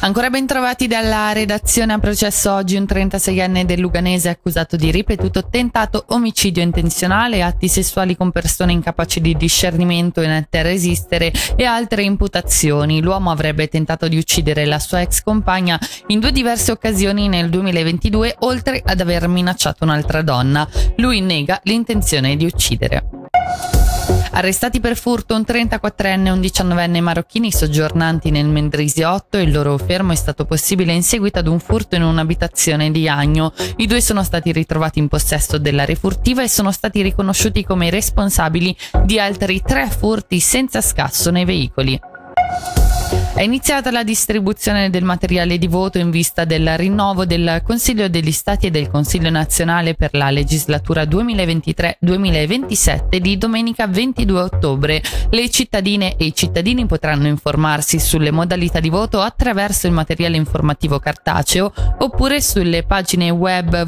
Ancora ben trovati dalla redazione. A processo oggi un 36enne del Luganese accusato di ripetuto tentato omicidio intenzionale, atti sessuali con persone incapaci di discernimento e inette a resistere e altre imputazioni. L'uomo avrebbe tentato di uccidere la sua ex compagna in 2 diverse occasioni nel 2022, oltre ad aver minacciato un'altra donna. Lui nega l'intenzione di uccidere. Arrestati per furto un 34enne e un 19enne marocchini soggiornanti nel Mendrisiotto. Il loro fermo è stato possibile in seguito ad un furto in un'abitazione di Agno. I 2 sono stati ritrovati in possesso della refurtiva e sono stati riconosciuti come responsabili di altri 3 furti senza scasso nei veicoli. È iniziata la distribuzione del materiale di voto in vista del rinnovo del Consiglio degli Stati e del Consiglio nazionale per la legislatura 2023-2027 di domenica 22 ottobre. Le cittadine e i cittadini potranno informarsi sulle modalità di voto attraverso il materiale informativo cartaceo oppure sulle pagine web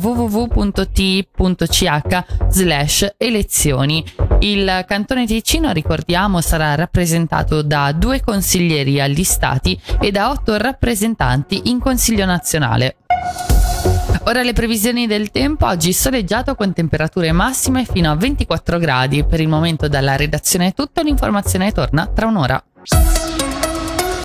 www.ti.ch/elezioni. Il Cantone Ticino, ricordiamo, sarà rappresentato da 2 consiglieri agli Stati e da 8 rappresentanti in Consiglio nazionale. Ora le previsioni del tempo. Oggi soleggiato con temperature massime fino a 24 gradi. Per il momento dalla redazione è tutto, l'informazione torna tra un'ora.